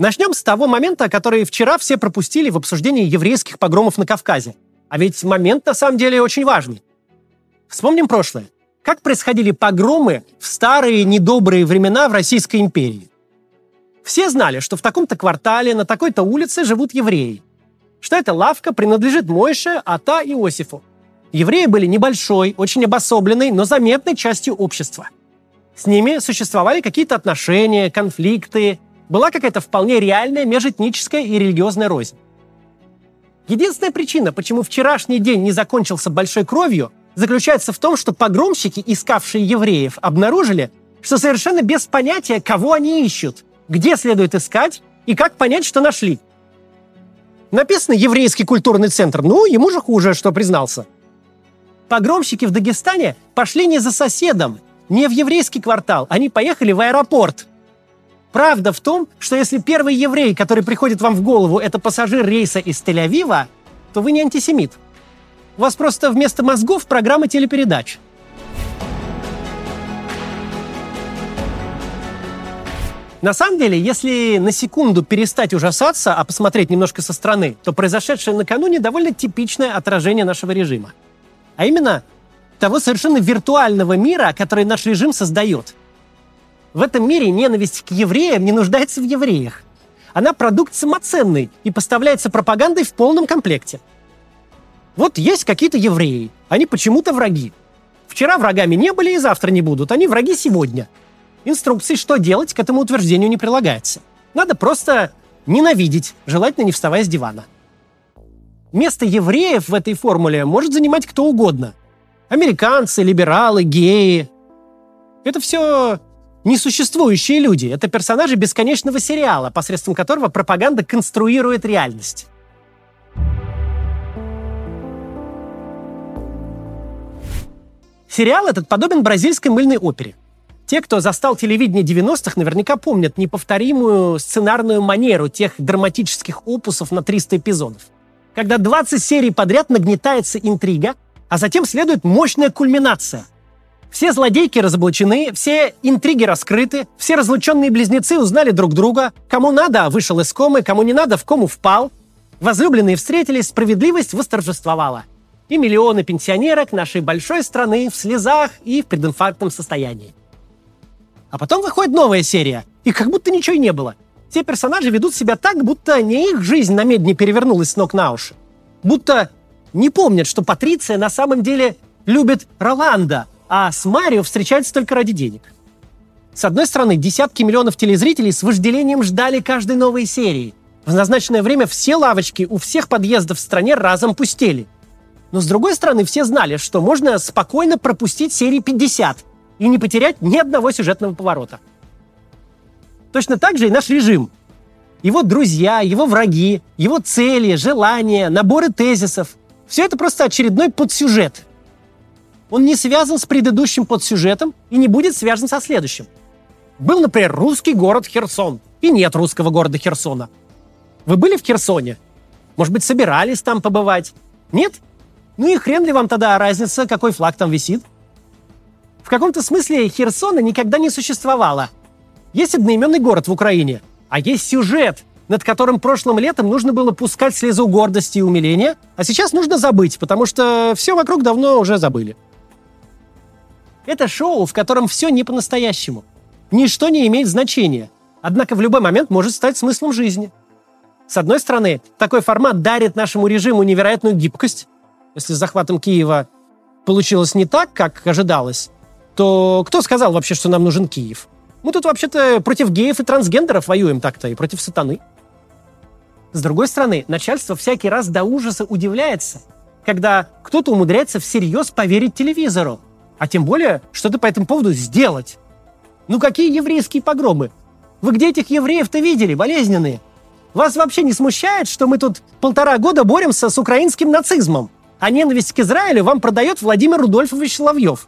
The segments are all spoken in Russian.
Начнем с того момента, который вчера все пропустили в обсуждении еврейских погромов на Кавказе. А ведь момент на самом деле очень важный. Вспомним прошлое. Как происходили погромы в старые недобрые времена в Российской империи? Все знали, что в таком-то квартале, на такой-то улице живут евреи. Что эта лавка принадлежит Мойше, а та Иосифу. Евреи были небольшой, очень обособленной, но заметной частью общества. С ними существовали какие-то отношения, конфликты. Была какая-то вполне реальная межэтническая и религиозная рознь. Единственная причина, почему вчерашний день не закончился большой кровью, заключается в том, что погромщики, искавшие евреев, обнаружили, что совершенно без понятия, кого они ищут, где следует искать и как понять, что нашли. Написано «Еврейский культурный центр», ну, ему же хуже, что признался. Погромщики в Дагестане пошли не за соседом, не в еврейский квартал, они поехали в аэропорт. Правда в том, что если первый еврей, который приходит вам в голову, это пассажир рейса из Тель-Авива, то вы не антисемит. У вас просто вместо мозгов программа телепередач. На самом деле, если на секунду перестать ужасаться, а посмотреть немножко со стороны, то произошедшее накануне довольно типичное отражение нашего режима. А именно того совершенно виртуального мира, который наш режим создает. В этом мире ненависть к евреям не нуждается в евреях. Она продукт самоценный и поставляется пропагандой в полном комплекте. Вот есть какие-то евреи, они почему-то враги. Вчера врагами не были и завтра не будут, они враги сегодня. Инструкции, что делать, к этому утверждению не прилагается. Надо просто ненавидеть, желательно не вставая с дивана. Место евреев в этой формуле может занимать кто угодно. Американцы, либералы, геи. Это все несуществующие люди. Это персонажи бесконечного сериала, посредством которого пропаганда конструирует реальность. Сериал этот подобен бразильской мыльной опере. Те, кто застал телевидение 90-х, наверняка помнят неповторимую сценарную манеру тех драматических опусов на 300 эпизодов. Когда 20 серий подряд нагнетается интрига, а затем следует мощная кульминация. Все злодейки разоблачены, все интриги раскрыты, все разлученные близнецы узнали друг друга, кому надо, вышел из комы, кому не надо, в кому впал. Возлюбленные встретились, справедливость восторжествовала. И миллионы пенсионерок нашей большой страны в слезах и в прединфарктном состоянии. А потом выходит новая серия, и как будто ничего и не было. Те персонажи ведут себя так, будто не их жизнь на медне перевернулась с ног на уши. Будто не помнят, что Патриция на самом деле любит Роланда, а с Марио встречается только ради денег. С одной стороны, десятки миллионов телезрителей с вожделением ждали каждой новой серии. В назначенное время все лавочки у всех подъездов в стране разом пустели. Но с другой стороны, все знали, что можно спокойно пропустить серии 50 и не потерять ни одного сюжетного поворота. Точно так же и наш режим. Его друзья, его враги, его цели, желания, наборы тезисов – все это просто очередной подсюжет. Он не связан с предыдущим подсюжетом и не будет связан со следующим. Был, например, русский город Херсон, и нет русского города Херсона. Вы были в Херсоне? Может быть, собирались там побывать? Нет? Ну и хрен ли вам тогда разница, какой флаг там висит? В каком-то смысле Херсона никогда не существовало. Есть одноименный город в Украине, а есть сюжет, над которым прошлым летом нужно было пускать слезу гордости и умиления, а сейчас нужно забыть, потому что все вокруг давно уже забыли. Это шоу, в котором все не по-настоящему. Ничто не имеет значения, однако в любой момент может стать смыслом жизни. С одной стороны, такой формат дарит нашему режиму невероятную гибкость. Если с захватом Киева получилось не так, как ожидалось, то кто сказал вообще, что нам нужен Киев? Мы тут вообще-то против геев и трансгендеров воюем так-то, и против сатаны. С другой стороны, начальство всякий раз до ужаса удивляется, когда кто-то умудряется всерьез поверить телевизору, а тем более что-то по этому поводу сделать. Ну какие еврейские погромы? Вы где этих евреев-то видели, болезненные? Вас вообще не смущает, что мы тут 1,5 года боремся с украинским нацизмом, а ненависть к Израилю вам продает Владимир Рудольфович Соловьев?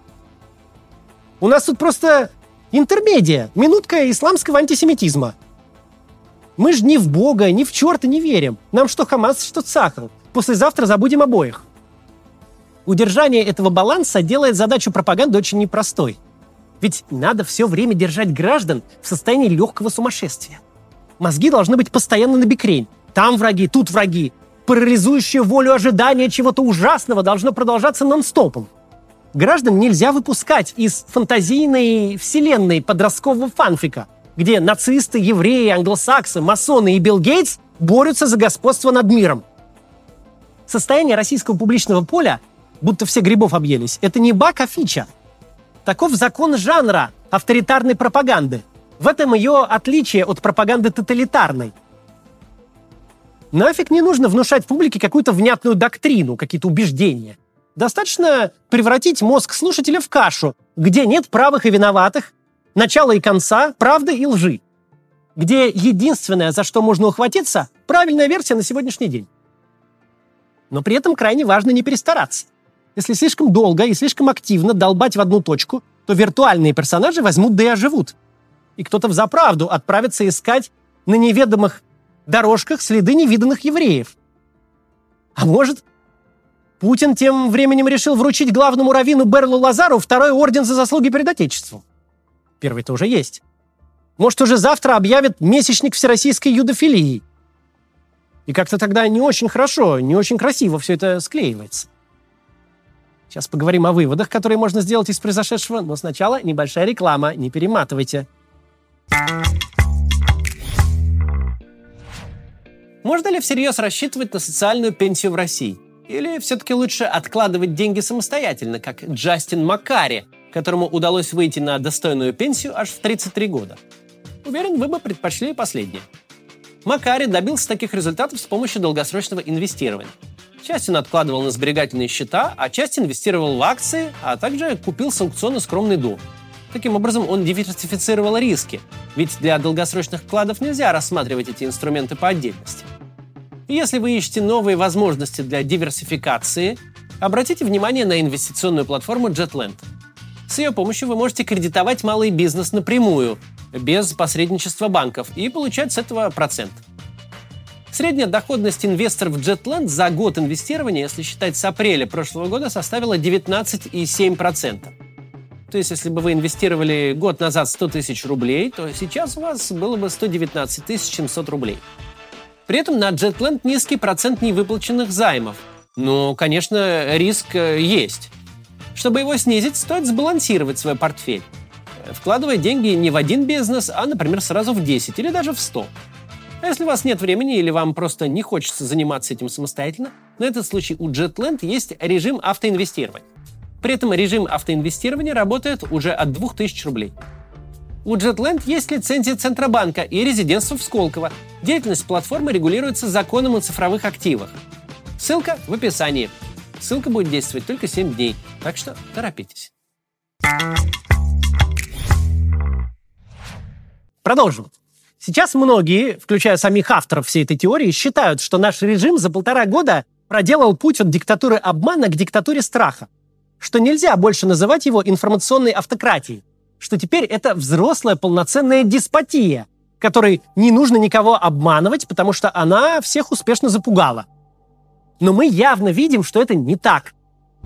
У нас тут просто интермедия, минутка исламского антисемитизма. Мы же ни в Бога, ни в черта не верим. Нам что Хамас, что Цахал. Послезавтра забудем обоих. Удержание этого баланса делает задачу пропаганды очень непростой. Ведь надо все время держать граждан в состоянии легкого сумасшествия. Мозги должны быть постоянно набекрень. Там враги, тут враги. Парализующее волю ожидания чего-то ужасного должно продолжаться нон-стопом. Граждан нельзя выпускать из фантазийной вселенной подросткового фанфика, где нацисты, евреи, англосаксы, масоны и Билл Гейтс борются за господство над миром. Состояние российского публичного поля, будто все грибов объелись, это не баг, а фича. Таков закон жанра авторитарной пропаганды. В этом ее отличие от пропаганды тоталитарной. Нафиг не нужно внушать публике какую-то внятную доктрину, какие-то убеждения. Достаточно превратить мозг слушателя в кашу, где нет правых и виноватых, начала и конца, правды и лжи. Где единственное, за что можно ухватиться, правильная версия на сегодняшний день. Но при этом крайне важно не перестараться. Если слишком долго и слишком активно долбать в одну точку, то виртуальные персонажи возьмут да и оживут. И кто-то взаправду отправится искать на неведомых дорожках следы невиданных евреев. А может, Путин тем временем решил вручить главному раввину Берлу Лазару второй орден за заслуги перед Отечеством. Первый-то уже есть. Может, уже завтра объявят месячник всероссийской юдофилии. И как-то тогда не очень хорошо, не очень красиво все это склеивается. Сейчас поговорим о выводах, которые можно сделать из произошедшего, но сначала небольшая реклама, не перематывайте. Можно ли всерьез рассчитывать на социальную пенсию в России? Или все-таки лучше откладывать деньги самостоятельно, как Джастин Маккари, которому удалось выйти на достойную пенсию аж в 33 года? Уверен, вы бы предпочли последнее. Маккари добился таких результатов с помощью долгосрочного инвестирования. Часть он откладывал на сберегательные счета, а часть инвестировал в акции, а также купил с аукциона скромный дом. Таким образом, он диверсифицировал риски, ведь для долгосрочных вкладов нельзя рассматривать эти инструменты по отдельности. И если вы ищете новые возможности для диверсификации, обратите внимание на инвестиционную платформу JetLand. С ее помощью вы можете кредитовать малый бизнес напрямую, без посредничества банков, и получать с этого процент. Средняя доходность инвесторов в JetLand за год инвестирования, если считать с апреля прошлого года, составила 19,7%. То есть, если бы вы инвестировали год назад 100 тысяч рублей, то сейчас у вас было бы 119 700 рублей. При этом на JetLand низкий процент невыплаченных займов. Но, конечно, риск есть. Чтобы его снизить, стоит сбалансировать свой портфель, вкладывая деньги не в один бизнес, а, например, сразу в 10 или даже в 100. А если у вас нет времени или вам просто не хочется заниматься этим самостоятельно, на этот случай у JetLand есть режим автоинвестирования. При этом режим автоинвестирования работает уже от 2000 рублей. У JetLand есть лицензия Центробанка и резидентство в Сколково. Деятельность платформы регулируется законом о цифровых активах. Ссылка в описании. Ссылка будет действовать только 7 дней, так что торопитесь. Продолжим. Сейчас многие, включая самих авторов всей этой теории, считают, что наш режим за 1,5 года проделал путь от диктатуры обмана к диктатуре страха, что нельзя больше называть его информационной автократией, что теперь это взрослая полноценная деспотия, которой не нужно никого обманывать, потому что она всех успешно запугала. Но мы явно видим, что это не так.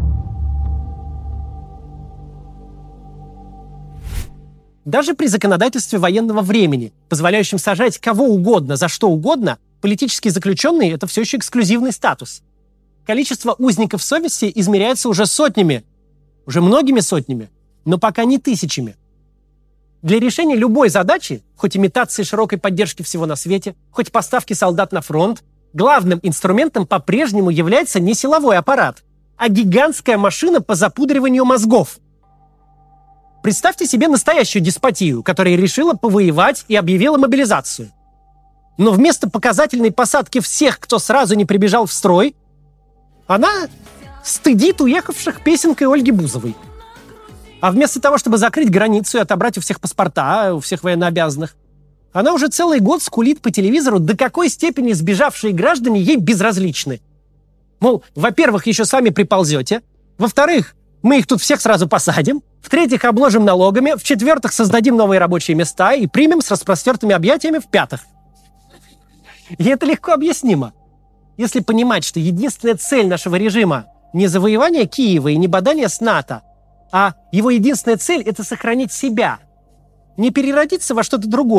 Даже при законодательстве военного времени, позволяющем сажать кого угодно за что угодно, политические заключенные – это все еще эксклюзивный статус. Количество узников совести измеряется уже сотнями, уже многими сотнями, но пока не тысячами. Для решения любой задачи, хоть имитации широкой поддержки всего на свете, хоть поставки солдат на фронт, главным инструментом по-прежнему является не силовой аппарат, а гигантская машина по запудриванию мозгов. Представьте себе настоящую деспотию, которая решила повоевать и объявила мобилизацию. Но вместо показательной посадки всех, кто сразу не прибежал в строй, она стыдит уехавших песенкой Ольги Бузовой. А вместо того, чтобы закрыть границу и отобрать у всех паспорта, у всех военнообязанных, она уже целый год скулит по телевизору, до какой степени сбежавшие граждане ей безразличны. Мол, во-первых, еще сами приползете, во-вторых, мы их тут всех сразу посадим, в-третьих, обложим налогами, в-четвертых, создадим новые рабочие места и примем с распростертыми объятиями в-пятых. И это легко объяснимо. Если понимать, что единственная цель нашего режима не завоевание Киева и не бадание с НАТО, а его единственная цель – это сохранить себя. Не переродиться во что-то другое,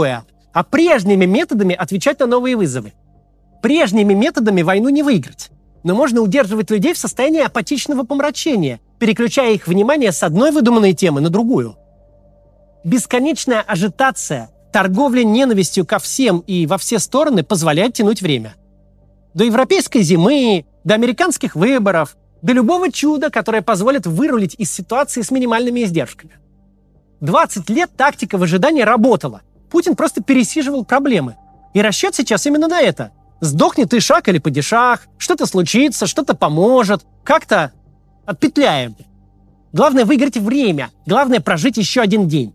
а прежними методами отвечать на новые вызовы. Прежними методами войну не выиграть. Но можно удерживать людей в состоянии апатичного помрачения, переключая их внимание с одной выдуманной темы на другую. Бесконечная ажитация, торговля ненавистью ко всем и во все стороны позволяет тянуть время. До европейской зимы, до американских выборов, до любого чуда, которое позволит вырулить из ситуации с минимальными издержками. 20 лет тактика выжидания работала. Путин просто пересиживал проблемы. И расчет сейчас именно на это. Сдохнет Ишак или падишах, что-то случится, что-то поможет, как-то отпетляем. Главное выиграть время, главное прожить еще один день.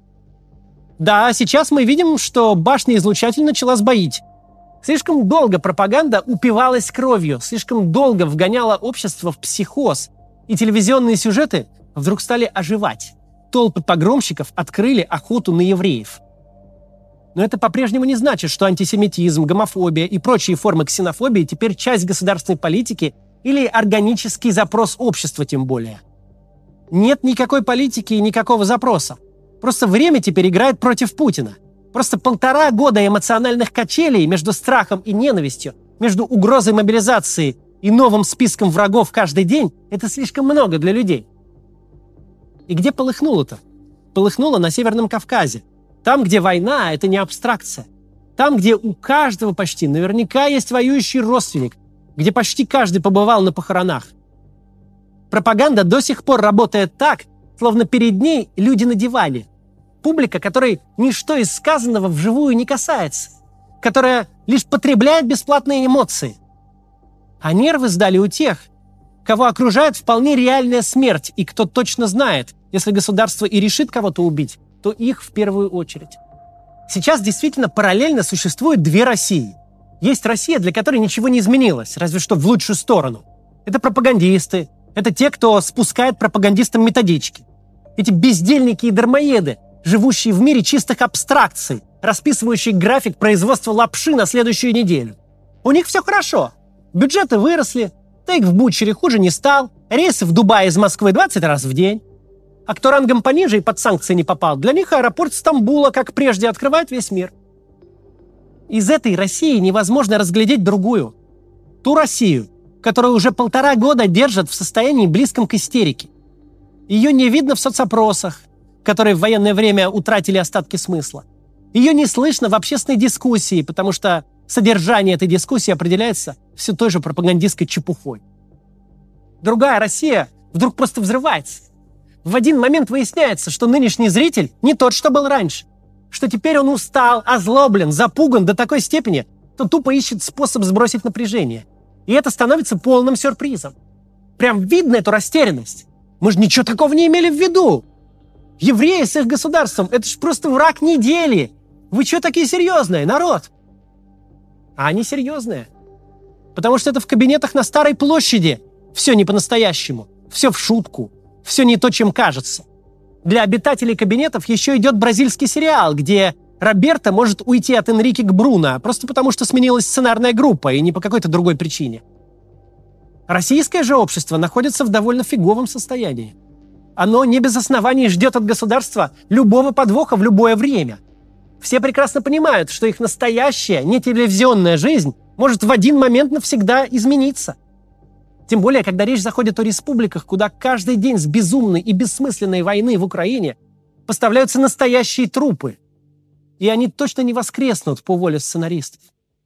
Да, сейчас мы видим, что башня-излучатель начала сбоить. Слишком долго пропаганда упивалась кровью, слишком долго вгоняла общество в психоз, и телевизионные сюжеты вдруг стали оживать. Толпы погромщиков открыли охоту на евреев. Но это по-прежнему не значит, что антисемитизм, гомофобия и прочие формы ксенофобии теперь часть государственной политики или органический запрос общества тем более. Нет никакой политики и никакого запроса. Просто время теперь играет против Путина. Просто 1,5 года эмоциональных качелей между страхом и ненавистью, между угрозой мобилизации и новым списком врагов каждый день – это слишком много для людей. И где полыхнуло-то? Полыхнуло на Северном Кавказе. Там, где война – это не абстракция. Там, где у каждого почти наверняка есть воюющий родственник, где почти каждый побывал на похоронах. Пропаганда до сих пор работает так, словно перед ней люди на диване. Публика, которой ничто из сказанного вживую не касается, которая лишь потребляет бесплатные эмоции. А нервы сдали у тех, кого окружает вполне реальная смерть, и кто точно знает, если государство и решит кого-то убить, то их в первую очередь. Сейчас действительно параллельно существует 2 России. Есть Россия, для которой ничего не изменилось, разве что в лучшую сторону. Это пропагандисты, это те, кто спускает пропагандистам методички. Эти бездельники и дармоеды, живущие в мире чистых абстракций, расписывающие график производства лапши на следующую неделю. У них все хорошо. Бюджеты выросли, тейк в Бучере хуже не стал, рейсы в Дубай из Москвы 20 раз в день. А кто рангом пониже и под санкции не попал, для них аэропорт Стамбула, как прежде, открывает весь мир. Из этой России невозможно разглядеть другую. Ту Россию, которую уже 1,5 года держат в состоянии близком к истерике. Ее не видно в соцопросах, которые в военное время утратили остатки смысла. Ее не слышно в общественной дискуссии, потому что содержание этой дискуссии определяется все той же пропагандистской чепухой. Другая Россия вдруг просто взрывается. В один момент выясняется, что нынешний зритель не тот, что был раньше. Что теперь он устал, озлоблен, запуган до такой степени, что тупо ищет способ сбросить напряжение. И это становится полным сюрпризом. Прям видно эту растерянность. Мы же ничего такого не имели в виду. Евреи с их государством – это ж просто враг недели. Вы что такие серьезные, народ? А они серьезные. Потому что это в кабинетах на Старой площади все не по-настоящему, все в шутку, все не то, чем кажется. Для обитателей кабинетов еще идет бразильский сериал, где Роберто может уйти от Энрике к Бруно, просто потому что сменилась сценарная группа и не по какой-то другой причине. Российское же общество находится в довольно фиговом состоянии. Оно не без оснований ждет от государства любого подвоха в любое время. Все прекрасно понимают, что их настоящая, не телевизионная жизнь может в один момент навсегда измениться. Тем более, когда речь заходит о республиках, куда каждый день с безумной и бессмысленной войны в Украине поставляются настоящие трупы. И они точно не воскреснут по воле сценаристов.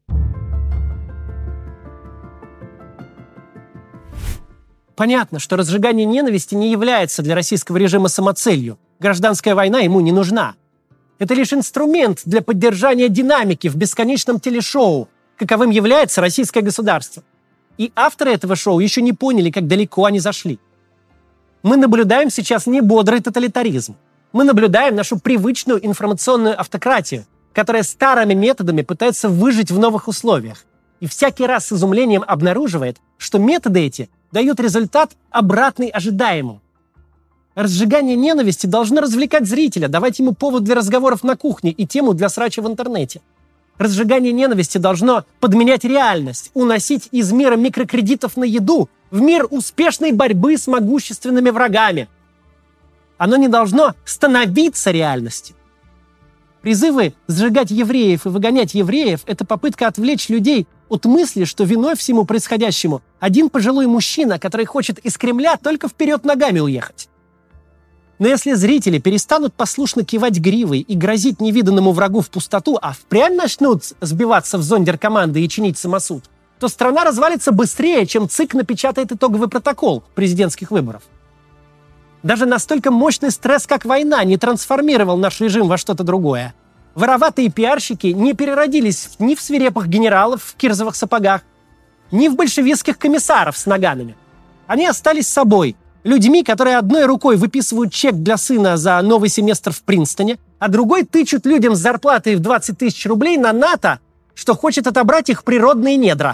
Понятно, что разжигание ненависти не является для российского режима самоцелью. Гражданская война ему не нужна. Это лишь инструмент для поддержания динамики в бесконечном телешоу, каковым является российское государство. И авторы этого шоу еще не поняли, как далеко они зашли. Мы наблюдаем сейчас не бодрый тоталитаризм. Мы наблюдаем нашу привычную информационную автократию, которая старыми методами пытается выжить в новых условиях. И всякий раз с изумлением обнаруживает, что методы эти дают результат, обратный ожидаемому. Разжигание ненависти должно развлекать зрителя, давать ему повод для разговоров на кухне и тему для срача в интернете. Разжигание ненависти должно подменять реальность, уносить из мира микрокредитов на еду в мир успешной борьбы с могущественными врагами. Оно не должно становиться реальностью. Призывы сжигать евреев и выгонять евреев – это попытка отвлечь людей от мысли, что виной всему происходящему один пожилой мужчина, который хочет из Кремля только вперед ногами уехать. Но если зрители перестанут послушно кивать гривой и грозить невиданному врагу в пустоту, а впрямь начнут сбиваться в зондеркоманды и чинить самосуд, то страна развалится быстрее, чем ЦИК напечатает итоговый протокол президентских выборов. Даже настолько мощный стресс, как война, не трансформировал наш режим во что-то другое. Вороватые пиарщики не переродились ни в свирепых генералов в кирзовых сапогах, ни в большевистских комиссаров с наганами. Они остались собой, людьми, которые одной рукой выписывают чек для сына за новый семестр в Принстоне, а другой тычут людям с зарплатой в 20 тысяч рублей на НАТО, что хочет отобрать их природные недра.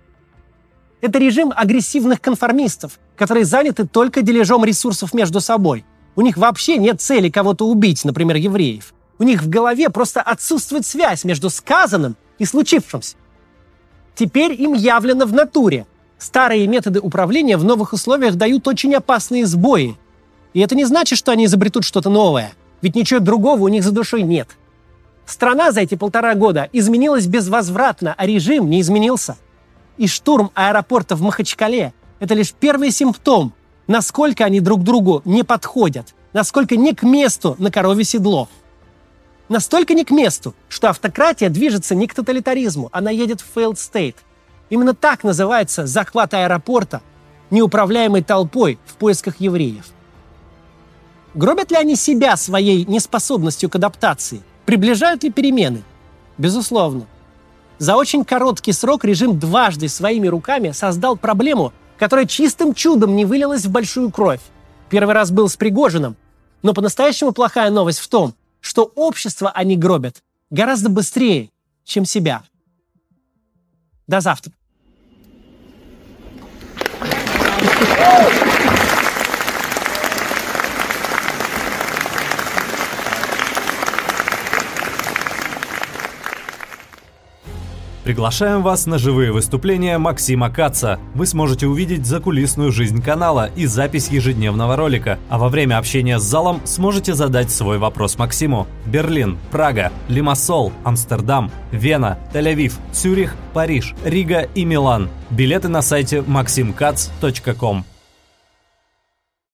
Это режим агрессивных конформистов, которые заняты только дележом ресурсов между собой. У них вообще нет цели кого-то убить, например, евреев. У них в голове просто отсутствует связь между сказанным и случившимся. Теперь им явлено в натуре. Старые методы управления в новых условиях дают очень опасные сбои. И это не значит, что они изобретут что-то новое. Ведь ничего другого у них за душой нет. Страна за эти 1,5 года изменилась безвозвратно, а режим не изменился. И штурм аэропорта в Махачкале – это лишь первый симптом, насколько они друг другу не подходят, насколько не к месту на коровье седло. Настолько не к месту, что автократия движется не к тоталитаризму, она едет в failed state. Именно так называется захват аэропорта неуправляемой толпой в поисках евреев. Гробят ли они себя своей неспособностью к адаптации? Приближают ли перемены? Безусловно. За очень короткий срок режим дважды своими руками создал проблему, которая чистым чудом не вылилась в большую кровь. Первый раз был с Пригожиным, но по-настоящему плохая новость в том, что общество они гробят гораздо быстрее, чем себя. До завтра. Приглашаем вас на живые выступления Максима Каца. Вы сможете увидеть закулисную жизнь канала и запись ежедневного ролика, а во время общения с залом сможете задать свой вопрос Максиму. Берлин, Прага, Лимассол, Амстердам, Вена, Тель-Авив, Цюрих, Париж, Рига и Милан. Билеты на сайте maximkatz.com.